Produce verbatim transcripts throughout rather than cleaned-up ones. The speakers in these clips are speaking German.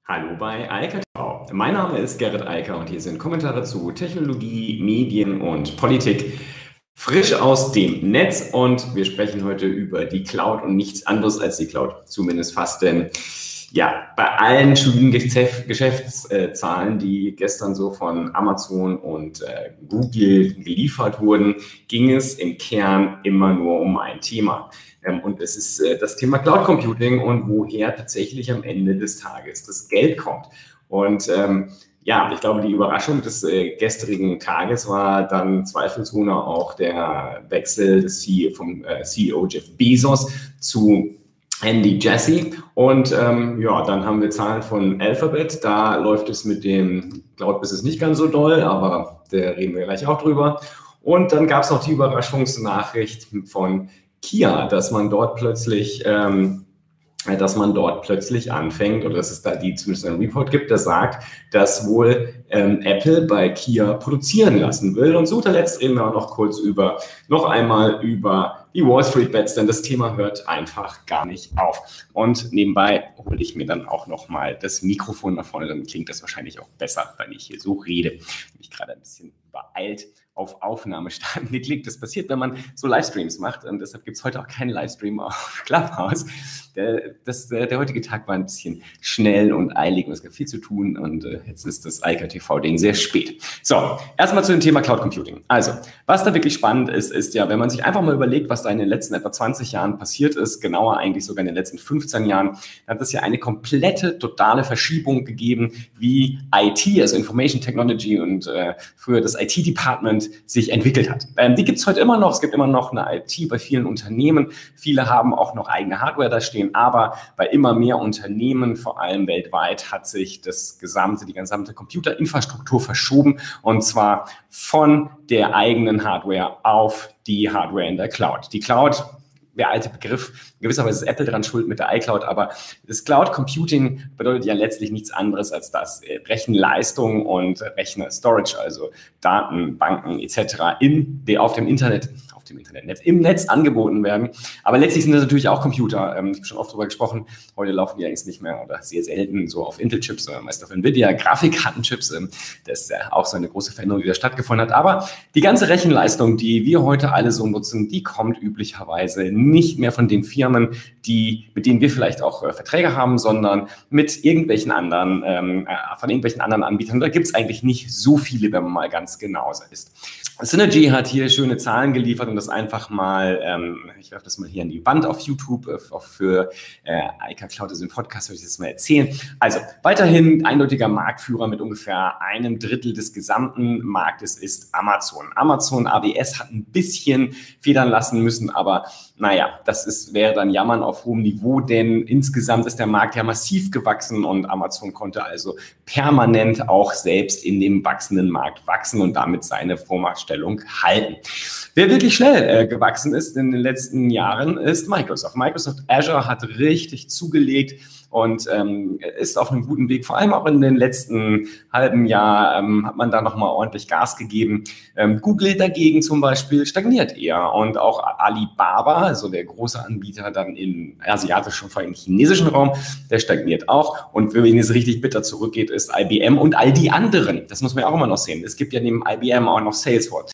Hallo bei Eika T V. Mein Name ist Gerrit Eiker und hier sind Kommentare zu Technologie, Medien und Politik frisch aus dem Netz, und wir sprechen heute über die Cloud und nichts anderes als die Cloud, zumindest fast, denn ja, bei allen schönen Geschäftszahlen, die gestern so von Amazon und äh, Google geliefert wurden, ging es im Kern immer nur um ein Thema. Ähm, und es ist äh, das Thema Cloud Computing und woher tatsächlich am Ende des Tages das Geld kommt. Und ähm, ja, ich glaube, die Überraschung des äh, gestrigen Tages war dann zweifelsohne auch der Wechsel des C E O, vom äh, C E O Jeff Bezos zu Andy Jassy. Und ähm, ja, dann haben wir Zahlen von Alphabet. Da läuft es mit dem Cloud-Business nicht ganz so doll, aber da reden wir gleich auch drüber. Und dann gab es noch die Überraschungsnachricht von Kia, dass man dort plötzlich, ähm, dass man dort plötzlich anfängt, oder dass es da die zumindest einen Report gibt, der sagt, dass wohl ähm, Apple bei Kia produzieren lassen will. Und zu guter Letzt reden wir auch noch kurz über, noch einmal über die Wall Street Bets, denn das Thema hört einfach gar nicht auf. Und nebenbei hole ich mir dann auch noch mal das Mikrofon nach vorne, dann klingt das wahrscheinlich auch besser, wenn ich hier so rede. Ich bin mich gerade ein bisschen beeilt auf Aufnahme starten geklickt. Das passiert, wenn man so Livestreams macht, und deshalb gibt es heute auch keinen Livestream auf Clubhouse. Der, das, der, der heutige Tag war ein bisschen schnell und eilig und es gab viel zu tun, und äh, jetzt ist das Eika T V-Ding sehr spät. So, erstmal zu dem Thema Cloud Computing. Also, was da wirklich spannend ist, ist ja, wenn man sich einfach mal überlegt, was da in den letzten etwa zwanzig Jahren passiert ist, genauer eigentlich sogar in den letzten fünfzehn Jahren, dann hat es ja eine komplette, totale Verschiebung gegeben, wie I T, also Information Technology und äh, früher das I T-Department, sich entwickelt hat. Ähm, die gibt es heute immer noch. Es gibt immer noch eine I T bei vielen Unternehmen. Viele haben auch noch eigene Hardware da stehen, aber bei immer mehr Unternehmen, vor allem weltweit, hat sich das gesamte, die gesamte Computerinfrastruktur verschoben, und zwar von der eigenen Hardware auf die Hardware in der Cloud. Die Cloud, der alte Begriff, gewisserweise ist Apple dran schuld mit der iCloud, aber das Cloud Computing bedeutet ja letztlich nichts anderes als das Rechenleistung und Rechner-Storage, also Daten, Banken et cetera in der, auf dem Internet, auf dem Internetnetz, im Netz angeboten werden. Aber letztlich sind das natürlich auch Computer. Ich habe schon oft darüber gesprochen, heute laufen die eigentlich nicht mehr oder sehr selten so auf Intel-Chips, sondern meist auf Nvidia, Grafikkartenchips. Das ist ja auch so eine große Veränderung, die da stattgefunden hat. Aber die ganze Rechenleistung, die wir heute alle so nutzen, die kommt üblicherweise nicht mehr von den Firmen, die, mit denen wir vielleicht auch äh, Verträge haben, sondern mit irgendwelchen anderen, ähm, äh, von irgendwelchen anderen Anbietern. Da gibt es eigentlich nicht so viele, wenn man mal ganz genau ist. Synergy hat hier schöne Zahlen geliefert, und das einfach mal, ähm, ich werfe das mal hier an die Wand auf YouTube, äh, auch für äh, Eika Cloud, also im Podcast würde ich das mal erzählen. Also weiterhin eindeutiger Marktführer mit ungefähr einem Drittel des gesamten Marktes ist Amazon. Amazon A W S hat ein bisschen federn lassen müssen, aber naja, das ist, wäre dann Jammern auf hohem Niveau, denn insgesamt ist der Markt ja massiv gewachsen, und Amazon konnte also permanent auch selbst in dem wachsenden Markt wachsen und damit seine Vormachtstellung halten. Wer wirklich schnell äh, gewachsen ist in den letzten Jahren, ist Microsoft. Microsoft Azure hat richtig zugelegt und ähm, ist auf einem guten Weg. Vor allem auch in den letzten halben Jahr ähm, hat man da nochmal ordentlich Gas gegeben. Ähm, Google dagegen zum Beispiel stagniert eher, und auch Alibaba, also der große Anbieter dann im asiatischen, vor allem im chinesischen Raum, der stagniert auch. Und wenn es richtig bitter zurückgeht, ist I B M und all die anderen. Das muss man ja auch immer noch sehen. Es gibt ja neben I B M auch noch Salesforce.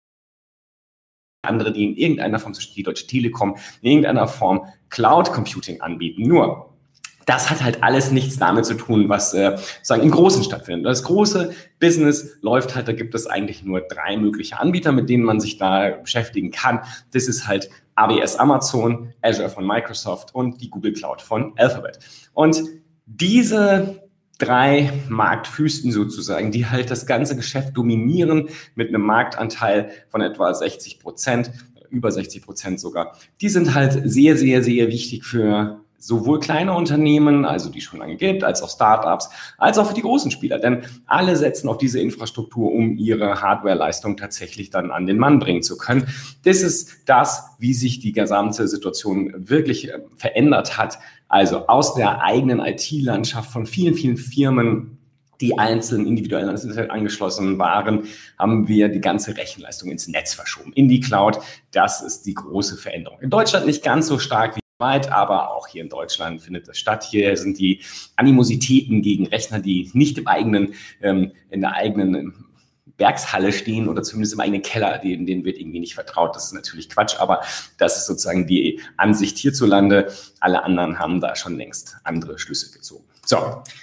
Andere, die in irgendeiner Form, die Deutsche Telekom, in irgendeiner Form Cloud Computing anbieten. Nur, das hat halt alles nichts damit zu tun, was äh, sozusagen im Großen stattfindet. Das große Business läuft halt, da gibt es eigentlich nur drei mögliche Anbieter, mit denen man sich da beschäftigen kann. Das ist halt A W S Amazon, Azure von Microsoft und die Google Cloud von Alphabet. Und diese drei Marktfüßen sozusagen, die halt das ganze Geschäft dominieren mit einem Marktanteil von etwa sechzig Prozent, über sechzig Prozent sogar. Die sind halt sehr, sehr, sehr wichtig für sowohl kleine Unternehmen, also die es schon lange gibt, als auch Startups, als auch für die großen Spieler. Denn alle setzen auf diese Infrastruktur, um ihre Hardwareleistung tatsächlich dann an den Mann bringen zu können. Das ist das, wie sich die gesamte Situation wirklich verändert hat. Also aus der eigenen I T-Landschaft von vielen, vielen Firmen, die einzeln individuell ans Internet angeschlossen waren, haben wir die ganze Rechenleistung ins Netz verschoben, in die Cloud. Das ist die große Veränderung. In Deutschland nicht ganz so stark wie weit, aber auch hier in Deutschland findet das statt. Hier sind die Animositäten gegen Rechner, die nicht im eigenen, ähm, in der eigenen Werkshalle stehen oder zumindest im eigenen Keller, denen, denen wird irgendwie nicht vertraut. Das ist natürlich Quatsch, aber das ist sozusagen die Ansicht hierzulande. Alle anderen haben da schon längst andere Schlüsse gezogen. So,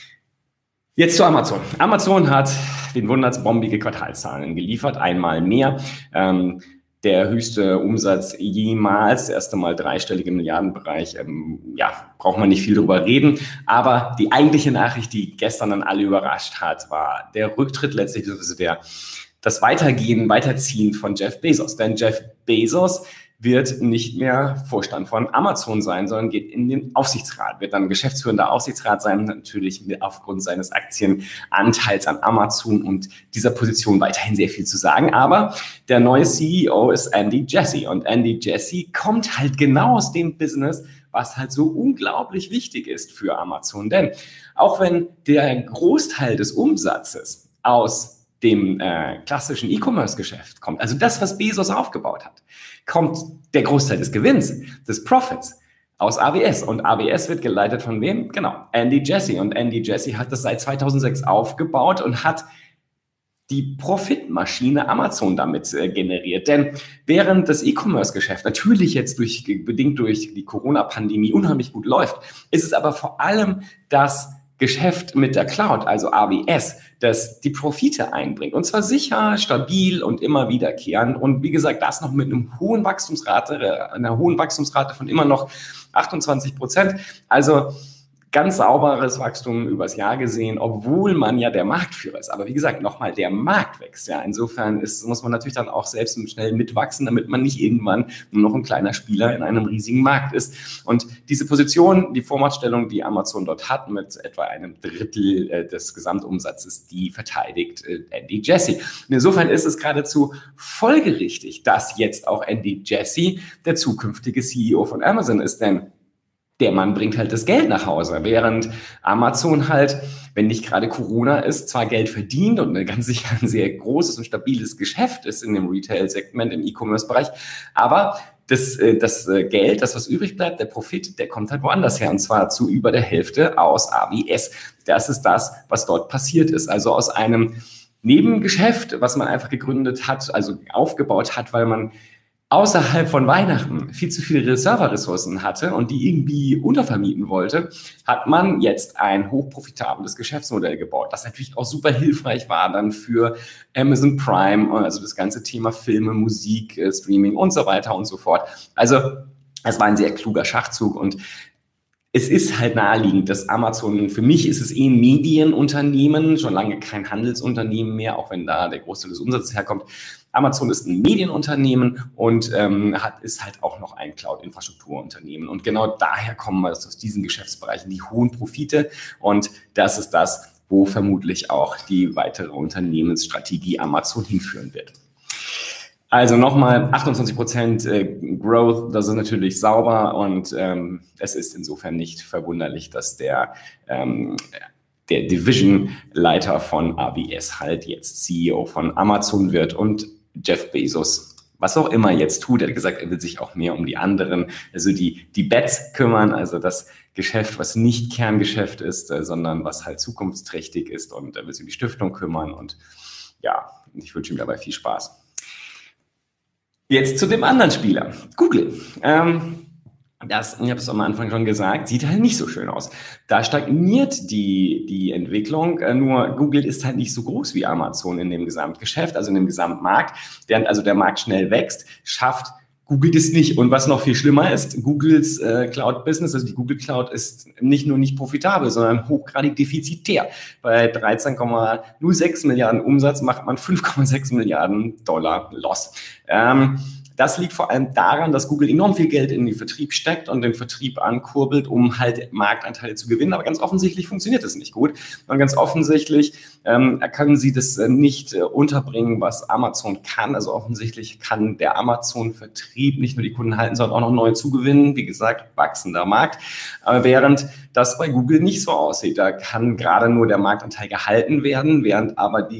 jetzt zu Amazon. Amazon hat, wen wundert's, bombige Quartalszahlen geliefert, einmal mehr. Ähm, Der höchste Umsatz jemals, das erste Mal dreistellig im Milliardenbereich. Ähm, ja, braucht man nicht viel drüber reden. Aber die eigentliche Nachricht, die gestern dann alle überrascht hat, war der Rücktritt letztlich, also der, das Weitergehen, Weiterziehen von Jeff Bezos. Denn Jeff Bezos wird nicht mehr Vorstand von Amazon sein, sondern geht in den Aufsichtsrat, wird dann geschäftsführender Aufsichtsrat sein, natürlich aufgrund seines Aktienanteils an Amazon und dieser Position weiterhin sehr viel zu sagen. Aber der neue C E O ist Andy Jassy und Andy Jassy kommt halt genau aus dem Business, was halt so unglaublich wichtig ist für Amazon. Denn auch wenn der Großteil des Umsatzes aus dem äh, klassischen E-Commerce-Geschäft kommt, also das, was Bezos aufgebaut hat, kommt der Großteil des Gewinns, des Profits aus A W S. Und A W S wird geleitet von wem? Genau, Andy Jassy. Und Andy Jassy hat das seit zweitausendsechs aufgebaut und hat die Profitmaschine Amazon damit äh, generiert. Denn während das E-Commerce-Geschäft natürlich jetzt durch, bedingt durch die Corona-Pandemie unheimlich gut läuft, ist es aber vor allem das Geschäft mit der Cloud, also A W S, das die Profite einbringt. Und zwar sicher, stabil und immer wiederkehrend. Und wie gesagt, das noch mit einem hohen Wachstumsrate, einer hohen Wachstumsrate von immer noch achtundzwanzig Prozent. Also ganz sauberes Wachstum übers Jahr gesehen, obwohl man ja der Marktführer ist. Aber wie gesagt, nochmal, der Markt wächst. Ja, insofern ist, muss man natürlich dann auch selbst schnell mitwachsen, damit man nicht irgendwann nur noch ein kleiner Spieler in einem riesigen Markt ist. Und diese Position, die Vormachtstellung, die Amazon dort hat, mit etwa einem Drittel äh, des Gesamtumsatzes, die verteidigt äh, Andy Jassy. Und insofern ist es geradezu folgerichtig, dass jetzt auch Andy Jassy der zukünftige C E O von Amazon ist, denn der Mann bringt halt das Geld nach Hause, während Amazon halt, wenn nicht gerade Corona ist, zwar Geld verdient und ganz sicher ein sehr großes und stabiles Geschäft ist in dem Retail-Segment, im E-Commerce-Bereich, aber das, das Geld, das was übrig bleibt, der Profit, der kommt halt woanders her, und zwar zu über der Hälfte aus A W S. Das ist das, was dort passiert ist, also aus einem Nebengeschäft, was man einfach gegründet hat, also aufgebaut hat, weil man außerhalb von Weihnachten viel zu viele Serverressourcen hatte und die irgendwie untervermieten wollte, hat man jetzt ein hochprofitables Geschäftsmodell gebaut, das natürlich auch super hilfreich war dann für Amazon Prime, also das ganze Thema Filme, Musik, Streaming und so weiter und so fort. Also es war ein sehr kluger Schachzug und es ist halt naheliegend, dass Amazon, für mich ist es eh ein Medienunternehmen, schon lange kein Handelsunternehmen mehr, auch wenn da der Großteil des Umsatzes herkommt. Amazon ist ein Medienunternehmen und ähm, hat, ist halt auch noch ein Cloud-Infrastrukturunternehmen. Und genau daher kommen also aus diesen Geschäftsbereichen die hohen Profite. Und das ist das, wo vermutlich auch die weitere Unternehmensstrategie Amazon hinführen wird. Also nochmal achtundzwanzig Prozent Growth, das ist natürlich sauber und ähm, es ist insofern nicht verwunderlich, dass der, ähm, der Division-Leiter von A W S halt jetzt C E O von Amazon wird und Jeff Bezos, was auch immer jetzt tut, er hat gesagt, er will sich auch mehr um die anderen, also die, die Bets kümmern, also das Geschäft, was nicht Kerngeschäft ist, äh, sondern was halt zukunftsträchtig ist, und er will sich um die Stiftung kümmern und ja, ich wünsche ihm dabei viel Spaß. Jetzt zu dem anderen Spieler, Google. Ähm, das, ich habe es am Anfang schon gesagt, sieht halt nicht so schön aus. Da stagniert die, die Entwicklung, äh, nur Google ist halt nicht so groß wie Amazon in dem Gesamtgeschäft, also in dem Gesamtmarkt. Während also der Markt schnell wächst, schafft Google das nicht. Und was noch viel schlimmer ist, Googles äh, Cloud-Business, also die Google Cloud, ist nicht nur nicht profitabel, sondern hochgradig defizitär. Bei dreizehn Komma null sechs Milliarden Umsatz macht man fünf Komma sechs Milliarden Dollar Loss. Ähm, Das liegt vor allem daran, dass Google enorm viel Geld in den Vertrieb steckt und den Vertrieb ankurbelt, um halt Marktanteile zu gewinnen. Aber ganz offensichtlich funktioniert das nicht gut. Und ganz offensichtlich ähm, können sie das äh, nicht äh, unterbringen, was Amazon kann. Also offensichtlich kann der Amazon-Vertrieb nicht nur die Kunden halten, sondern auch noch neue zugewinnen. Wie gesagt, wachsender Markt. Aber während das bei Google nicht so aussieht, da kann gerade nur der Marktanteil gehalten werden, während aber die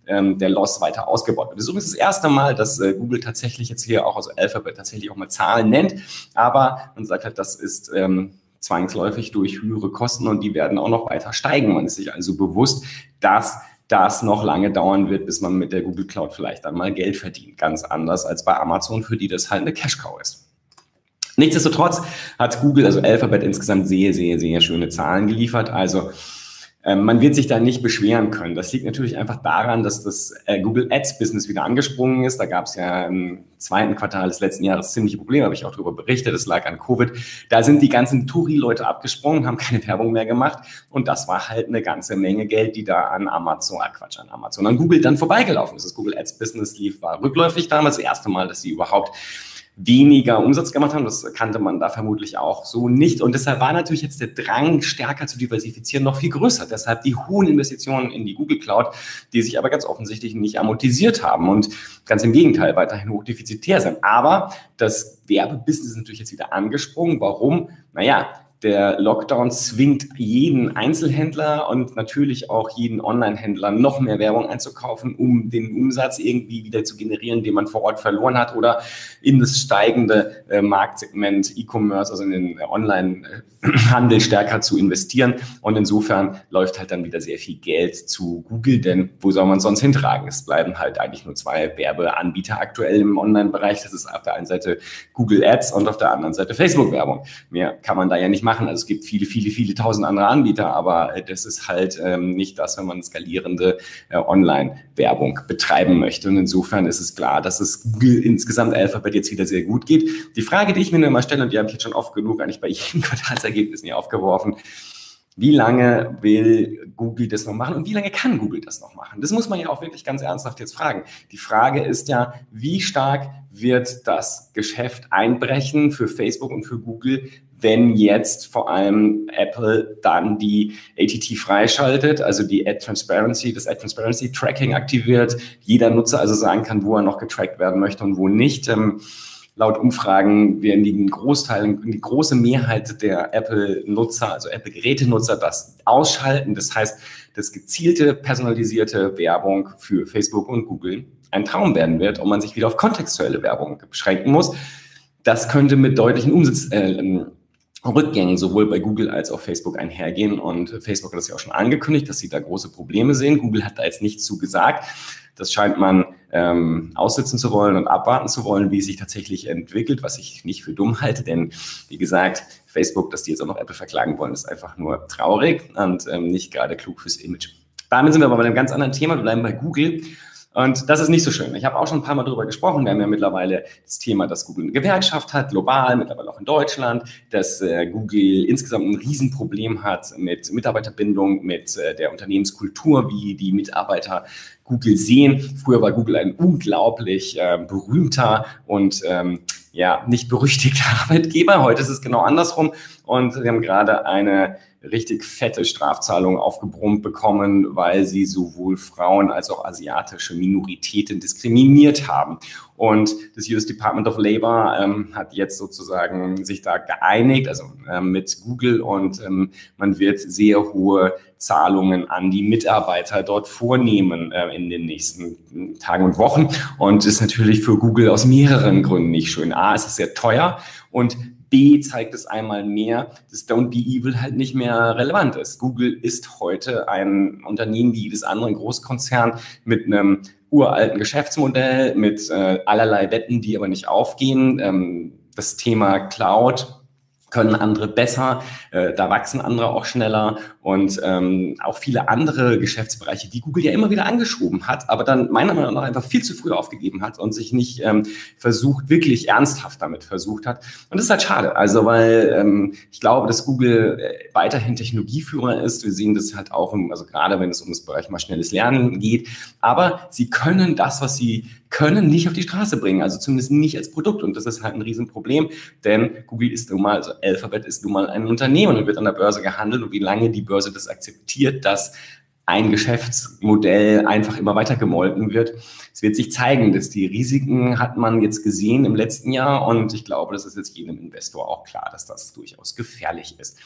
ähm, der Loss weiter ausgebaut wird. Das ist übrigens das erste Mal, dass äh, Google tatsächlich jetzt hier auch, also Alphabet tatsächlich auch mal Zahlen nennt, aber man sagt halt, das ist ähm, zwangsläufig durch höhere Kosten und die werden auch noch weiter steigen. Man ist sich also bewusst, dass das noch lange dauern wird, bis man mit der Google Cloud vielleicht dann mal Geld verdient. Ganz anders als bei Amazon, für die das halt eine Cash-Cow ist. Nichtsdestotrotz hat Google, also Alphabet, insgesamt sehr, sehr, sehr schöne Zahlen geliefert. Also ähm, man wird sich da nicht beschweren können. Das liegt natürlich einfach daran, dass das äh, Google Ads-Business wieder angesprungen ist. Da gab es ja im zweiten Quartal des letzten Jahres ziemliche Probleme, habe ich auch darüber berichtet. Das lag an Covid. Da sind die ganzen Touri-Leute abgesprungen, haben keine Werbung mehr gemacht. Und das war halt eine ganze Menge Geld, die da an Amazon, ah Quatsch, an Amazon, an Google dann vorbeigelaufen ist. Das Google Ads-Business lief, war rückläufig damals, das erste Mal, dass sie überhaupt weniger Umsatz gemacht haben. Das kannte man da vermutlich auch so nicht. Und deshalb war natürlich jetzt der Drang, stärker zu diversifizieren, noch viel größer. Deshalb die hohen Investitionen in die Google Cloud, die sich aber ganz offensichtlich nicht amortisiert haben und ganz im Gegenteil weiterhin hochdefizitär sind. Aber das Werbebusiness ist natürlich jetzt wieder angesprungen. Warum? Naja, der Lockdown zwingt jeden Einzelhändler und natürlich auch jeden Online-Händler noch mehr Werbung einzukaufen, um den Umsatz irgendwie wieder zu generieren, den man vor Ort verloren hat, oder in das steigende äh, Marktsegment E-Commerce, also in den Online-Handel stärker zu investieren. Und insofern läuft halt dann wieder sehr viel Geld zu Google, denn wo soll man es sonst hintragen? Es bleiben halt eigentlich nur zwei Werbeanbieter aktuell im Online-Bereich. Das ist auf der einen Seite Google Ads und auf der anderen Seite Facebook-Werbung. Mehr kann man da ja nicht machen. Also es gibt viele, viele, viele tausend andere Anbieter, aber das ist halt ähm, nicht das, wenn man skalierende äh, Online-Werbung betreiben möchte. Und insofern ist es klar, dass es Google insgesamt Alphabet jetzt wieder sehr gut geht. Die Frage, die ich mir nur immer stelle, und die habe ich jetzt schon oft genug eigentlich bei jedem Quartalsergebnis hier aufgeworfen: Wie lange will Google das noch machen und wie lange kann Google das noch machen? Das muss man ja auch wirklich ganz ernsthaft jetzt fragen. Die Frage ist ja, wie stark wird das Geschäft einbrechen für Facebook und für Google, wenn jetzt vor allem Apple dann die A T T freischaltet, also die Ad Transparency, das Ad Transparency Tracking aktiviert, jeder Nutzer also sagen kann, wo er noch getrackt werden möchte und wo nicht. Ähm, Laut Umfragen werden die Großteil, die große Mehrheit der Apple-Nutzer, also Apple-Gerätenutzer, das ausschalten. Das heißt, dass gezielte, personalisierte Werbung für Facebook und Google ein Traum werden wird und man sich wieder auf kontextuelle Werbung beschränken muss. Das könnte mit deutlichen Umsatz, äh, Rückgängen sowohl bei Google als auch Facebook einhergehen. Und Facebook hat das ja auch schon angekündigt, dass sie da große Probleme sehen. Google hat da jetzt nichts zu gesagt. Das scheint man ähm, aussitzen zu wollen und abwarten zu wollen, wie es sich tatsächlich entwickelt, was ich nicht für dumm halte. Denn wie gesagt, Facebook, dass die jetzt auch noch Apple verklagen wollen, ist einfach nur traurig und ähm, nicht gerade klug fürs Image. Damit sind wir aber bei einem ganz anderen Thema. Wir bleiben bei Google. Und das ist nicht so schön. Ich habe auch schon ein paar Mal darüber gesprochen. Wir haben ja mittlerweile das Thema, dass Google eine Gewerkschaft hat, global, mittlerweile auch in Deutschland, dass äh, Google insgesamt ein Riesenproblem hat mit Mitarbeiterbindung, mit äh, der Unternehmenskultur, wie die Mitarbeiter Google sehen. Früher war Google ein unglaublich äh, berühmter und ähm, ja, nicht berüchtigter Arbeitgeber. Heute ist es genau andersrum. Und wir haben gerade eine richtig fette Strafzahlung aufgebrummt bekommen, weil sie sowohl Frauen als auch asiatische Minoritäten diskriminiert haben. Und das U S Department of Labor ähm, hat jetzt sozusagen sich da geeinigt, also ähm, mit Google, und ähm, man wird sehr hohe Zahlungen an die Mitarbeiter dort vornehmen äh, in den nächsten Tagen und Wochen. Und ist natürlich für Google aus mehreren Gründen nicht schön. A, es ist sehr teuer, und B, zeigt es einmal mehr, dass Don't Be Evil halt nicht mehr relevant ist. Google ist heute ein Unternehmen wie jedes andere Großkonzern mit einem uralten Geschäftsmodell, mit äh, allerlei Wetten, die aber nicht aufgehen. Ähm, das Thema Cloud können andere besser, äh, da wachsen andere auch schneller, und ähm, auch viele andere Geschäftsbereiche, die Google ja immer wieder angeschoben hat, aber dann meiner Meinung nach einfach viel zu früh aufgegeben hat und sich nicht ähm, versucht, wirklich ernsthaft damit versucht hat. Und das ist halt schade, also weil ähm, ich glaube, dass Google weiterhin Technologieführer ist. Wir sehen das halt auch, im, also gerade wenn es um das Bereich maschinelles Lernen geht, aber sie können das, was sie können, nicht auf die Straße bringen, also zumindest nicht als Produkt, und das ist halt ein Riesenproblem, denn Google ist nun mal, also Alphabet ist nun mal ein Unternehmen und wird an der Börse gehandelt, und wie lange die Börse das akzeptiert, dass ein Geschäftsmodell einfach immer weiter gemolken wird. Es wird sich zeigen, dass die Risiken hat man jetzt gesehen im letzten Jahr, und ich glaube, das ist jetzt jedem Investor auch klar, dass das durchaus gefährlich ist.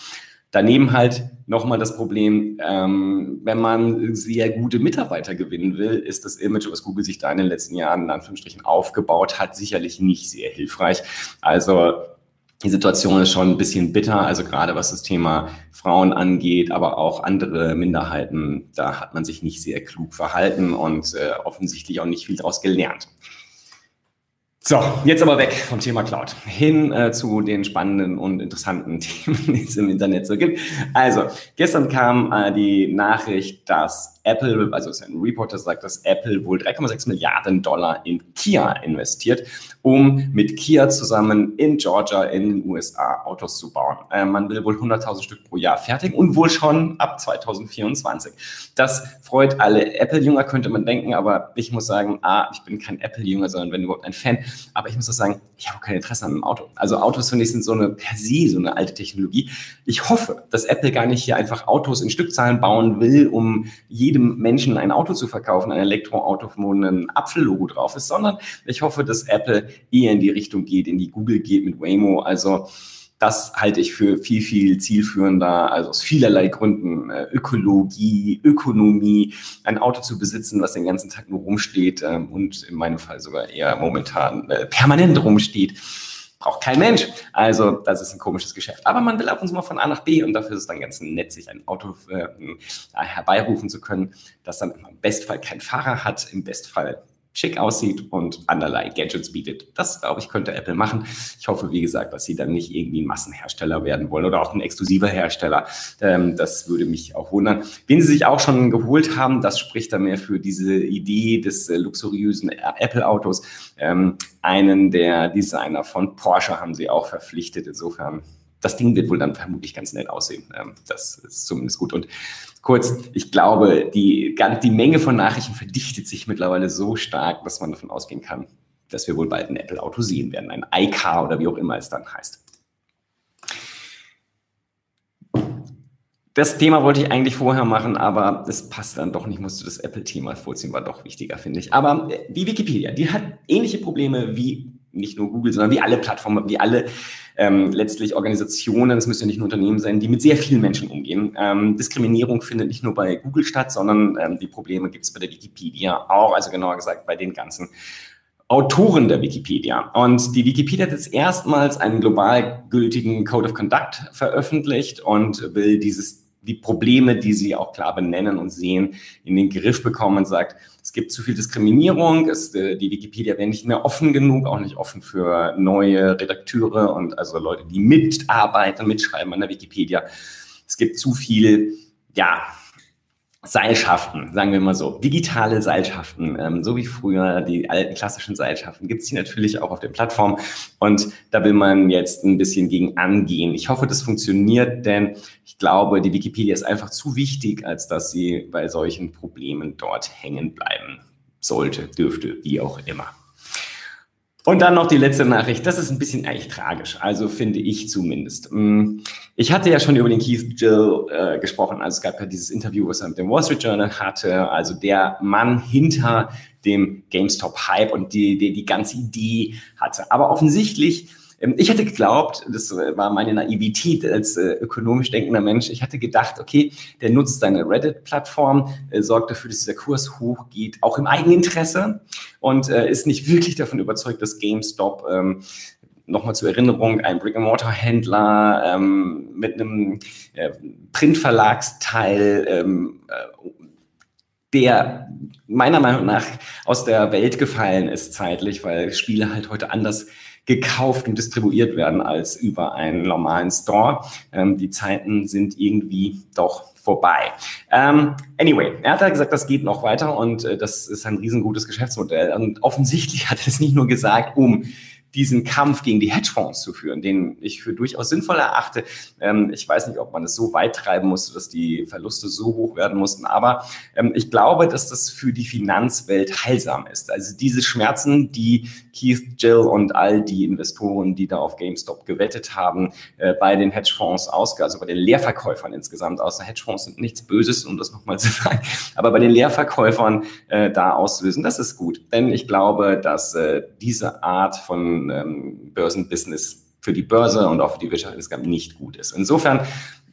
Daneben halt nochmal das Problem, ähm, wenn man sehr gute Mitarbeiter gewinnen will, ist das Image, was Google sich da in den letzten Jahren in Anführungsstrichen aufgebaut hat, sicherlich nicht sehr hilfreich. Also die Situation ist schon ein bisschen bitter, also gerade was das Thema Frauen angeht, aber auch andere Minderheiten, da hat man sich nicht sehr klug verhalten und äh, offensichtlich auch nicht viel daraus gelernt. So, jetzt aber weg vom Thema Cloud, hin äh, zu den spannenden und interessanten Themen, die es im Internet so gibt. Also, gestern kam äh, die Nachricht, dass Apple, also es ist ein Reporter, sagt, dass Apple wohl drei Komma sechs Milliarden Dollar in Kia investiert, um mit Kia zusammen in Georgia in den U S A Autos zu bauen. Äh, man will wohl hunderttausend Stück pro Jahr fertigen und wohl schon ab zweitausendvierundzwanzig. Das freut alle Apple-Jünger, könnte man denken, aber ich muss sagen, A, ich bin kein Apple-Jünger, sondern wenn überhaupt ein Fan. Aber ich muss auch sagen, ich habe auch kein Interesse an einem Auto. Also Autos, finde ich, sind so eine per se, so eine alte Technologie. Ich hoffe, dass Apple gar nicht hier einfach Autos in Stückzahlen bauen will, um jedem Menschen ein Auto zu verkaufen, ein Elektroauto, wo ein Apfellogo drauf ist, sondern ich hoffe, dass Apple eher in die Richtung geht, in die Google geht mit Waymo. Also das halte ich für viel, viel zielführender, also aus vielerlei Gründen, äh, Ökologie, Ökonomie, ein Auto zu besitzen, was den ganzen Tag nur rumsteht ähm, und in meinem Fall sogar eher momentan äh, permanent rumsteht. Braucht kein Mensch. Also das ist ein komisches Geschäft. Aber man will ab und zu mal von A nach B und dafür ist es dann ganz nett, sich ein Auto äh, herbeirufen zu können, das dann im Bestfall keinen Fahrer hat, im Bestfall schick aussieht und anderlei Gadgets bietet. Das, glaube ich, könnte Apple machen. Ich hoffe, wie gesagt, dass sie dann nicht irgendwie ein Massenhersteller werden wollen oder auch ein exklusiver Hersteller. Ähm, das würde mich auch wundern. Wen sie sich auch schon geholt haben, das spricht dann mehr für diese Idee des äh, luxuriösen Apple-Autos. Ähm, einen der Designer von Porsche haben sie auch verpflichtet. Insofern, das Ding wird wohl dann vermutlich ganz nett aussehen. Ähm, das ist zumindest gut. Und kurz, ich glaube, die, die Menge von Nachrichten verdichtet sich mittlerweile so stark, dass man davon ausgehen kann, dass wir wohl bald ein Apple-Auto sehen werden, ein iCar oder wie auch immer es dann heißt. Das Thema wollte ich eigentlich vorher machen, aber das passt dann doch nicht, musste das Apple-Thema vorziehen, war doch wichtiger, finde ich. Aber die Wikipedia, die hat ähnliche Probleme wie nicht nur Google, sondern wie alle Plattformen, wie alle ähm, letztlich Organisationen, es müssen ja nicht nur Unternehmen sein, die mit sehr vielen Menschen umgehen. Ähm, Diskriminierung findet nicht nur bei Google statt, sondern ähm, die Probleme gibt es bei der Wikipedia auch, also genauer gesagt bei den ganzen Autoren der Wikipedia. Und die Wikipedia hat jetzt erstmals einen global gültigen Code of Conduct veröffentlicht und will dieses die Probleme, die sie auch klar benennen und sehen, in den Griff bekommen und sagt, es gibt zu viel Diskriminierung, es, die Wikipedia wäre nicht mehr offen genug, auch nicht offen für neue Redakteure und also Leute, die mitarbeiten, mitschreiben an der Wikipedia. Es gibt zu viel, ja, Seilschaften, sagen wir mal so, digitale Seilschaften, ähm, so wie früher die alten klassischen Seilschaften, gibt es die natürlich auch auf den Plattformen und da will man jetzt ein bisschen gegen angehen. Ich hoffe, das funktioniert, denn ich glaube, die Wikipedia ist einfach zu wichtig, als dass sie bei solchen Problemen dort hängen bleiben sollte, dürfte, wie auch immer. Und dann noch die letzte Nachricht, das ist ein bisschen eigentlich tragisch, also finde ich zumindest. Ich hatte ja schon über den Keith Gill äh, gesprochen, also es gab ja dieses Interview, was er mit dem Wall Street Journal hatte, also der Mann hinter dem GameStop-Hype und die, die, die ganze Idee hatte. Aber offensichtlich, ähm, ich hatte geglaubt, das war meine Naivität als äh, ökonomisch denkender Mensch, ich hatte gedacht, okay, der nutzt seine Reddit-Plattform, äh, sorgt dafür, dass dieser Kurs hochgeht, auch im Eigeninteresse und äh, ist nicht wirklich davon überzeugt, dass GameStop ähm, nochmal zur Erinnerung, ein Brick-and-Mortar-Händler ähm, mit einem äh, Printverlagsteil, ähm, äh, der meiner Meinung nach aus der Welt gefallen ist zeitlich, weil Spiele halt heute anders gekauft und distribuiert werden als über einen normalen Store. Ähm, die Zeiten sind irgendwie doch vorbei. Ähm, anyway, er hat ja gesagt, das geht noch weiter und äh, das ist ein riesengutes Geschäftsmodell. Und offensichtlich hat er es nicht nur gesagt, um diesen Kampf gegen die Hedgefonds zu führen, den ich für durchaus sinnvoll erachte. Ähm, ich weiß nicht, ob man es so weit treiben musste, dass die Verluste so hoch werden mussten, aber ähm, ich glaube, dass das für die Finanzwelt heilsam ist. Also diese Schmerzen, die Keith Gill und all die Investoren, die da auf GameStop gewettet haben, äh, bei den Hedgefonds ausge, also bei den Leerverkäufern insgesamt, außer Hedgefonds sind nichts Böses, um das nochmal zu sagen, aber bei den Leerverkäufern äh, da auslösen, das ist gut. Denn ich glaube, dass äh, diese Art von ähm, Börsenbusiness für die Börse und auch für die Wirtschaft insgesamt nicht gut ist. Insofern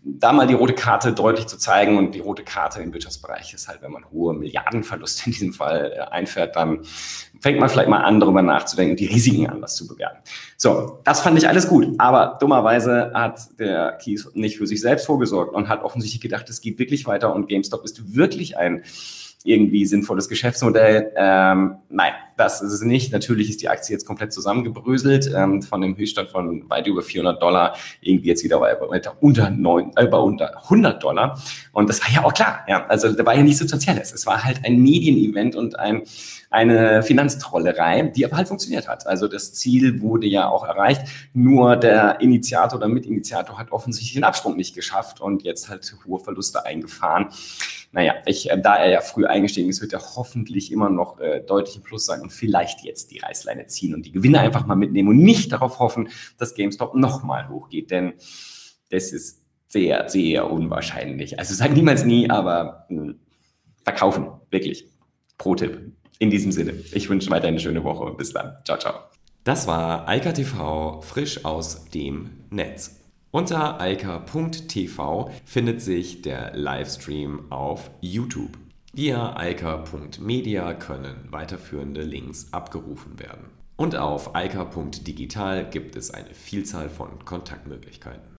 da mal die rote Karte deutlich zu zeigen, und die rote Karte im Wirtschaftsbereich ist halt, wenn man hohe Milliardenverluste in diesem Fall äh, einfährt, dann fängt man vielleicht mal an, darüber nachzudenken und die Risiken anders zu bewerten. So, das fand ich alles gut, aber dummerweise hat der Kies nicht für sich selbst vorgesorgt und hat offensichtlich gedacht, es geht wirklich weiter und GameStop ist wirklich ein irgendwie sinnvolles Geschäftsmodell. Ähm, nein, das ist es nicht. Natürlich ist die Aktie jetzt komplett zusammengebröselt, ähm, von dem Höchststand von weit über vierhundert Dollar, irgendwie jetzt wieder bei unter, neun, äh, bei unter hundert Dollar. Und das war ja auch klar. Ja. Also da war ja nichts Substanzielles. Es war halt ein Medienevent und ein, eine Finanztrollerei, die aber halt funktioniert hat. Also das Ziel wurde ja auch erreicht. Nur der Initiator oder Mitinitiator hat offensichtlich den Absprung nicht geschafft und jetzt halt hohe Verluste eingefahren. Naja, ich, äh, da er ja früh eingestiegen ist, wird er hoffentlich immer noch äh, deutlich im Plus sein und vielleicht jetzt die Reißleine ziehen und die Gewinne einfach mal mitnehmen und nicht darauf hoffen, dass GameStop nochmal hochgeht, denn das ist sehr, sehr unwahrscheinlich. Also sag niemals nie, aber mh, verkaufen, wirklich. Pro-Tipp. In diesem Sinne, ich wünsche weiter eine schöne Woche und bis dann. Ciao, ciao. Das war Eika T V, frisch aus dem Netz. Unter eika punkt t v findet sich der Livestream auf YouTube. Via eika punkt media können weiterführende Links abgerufen werden. Und auf eika punkt digital gibt es eine Vielzahl von Kontaktmöglichkeiten.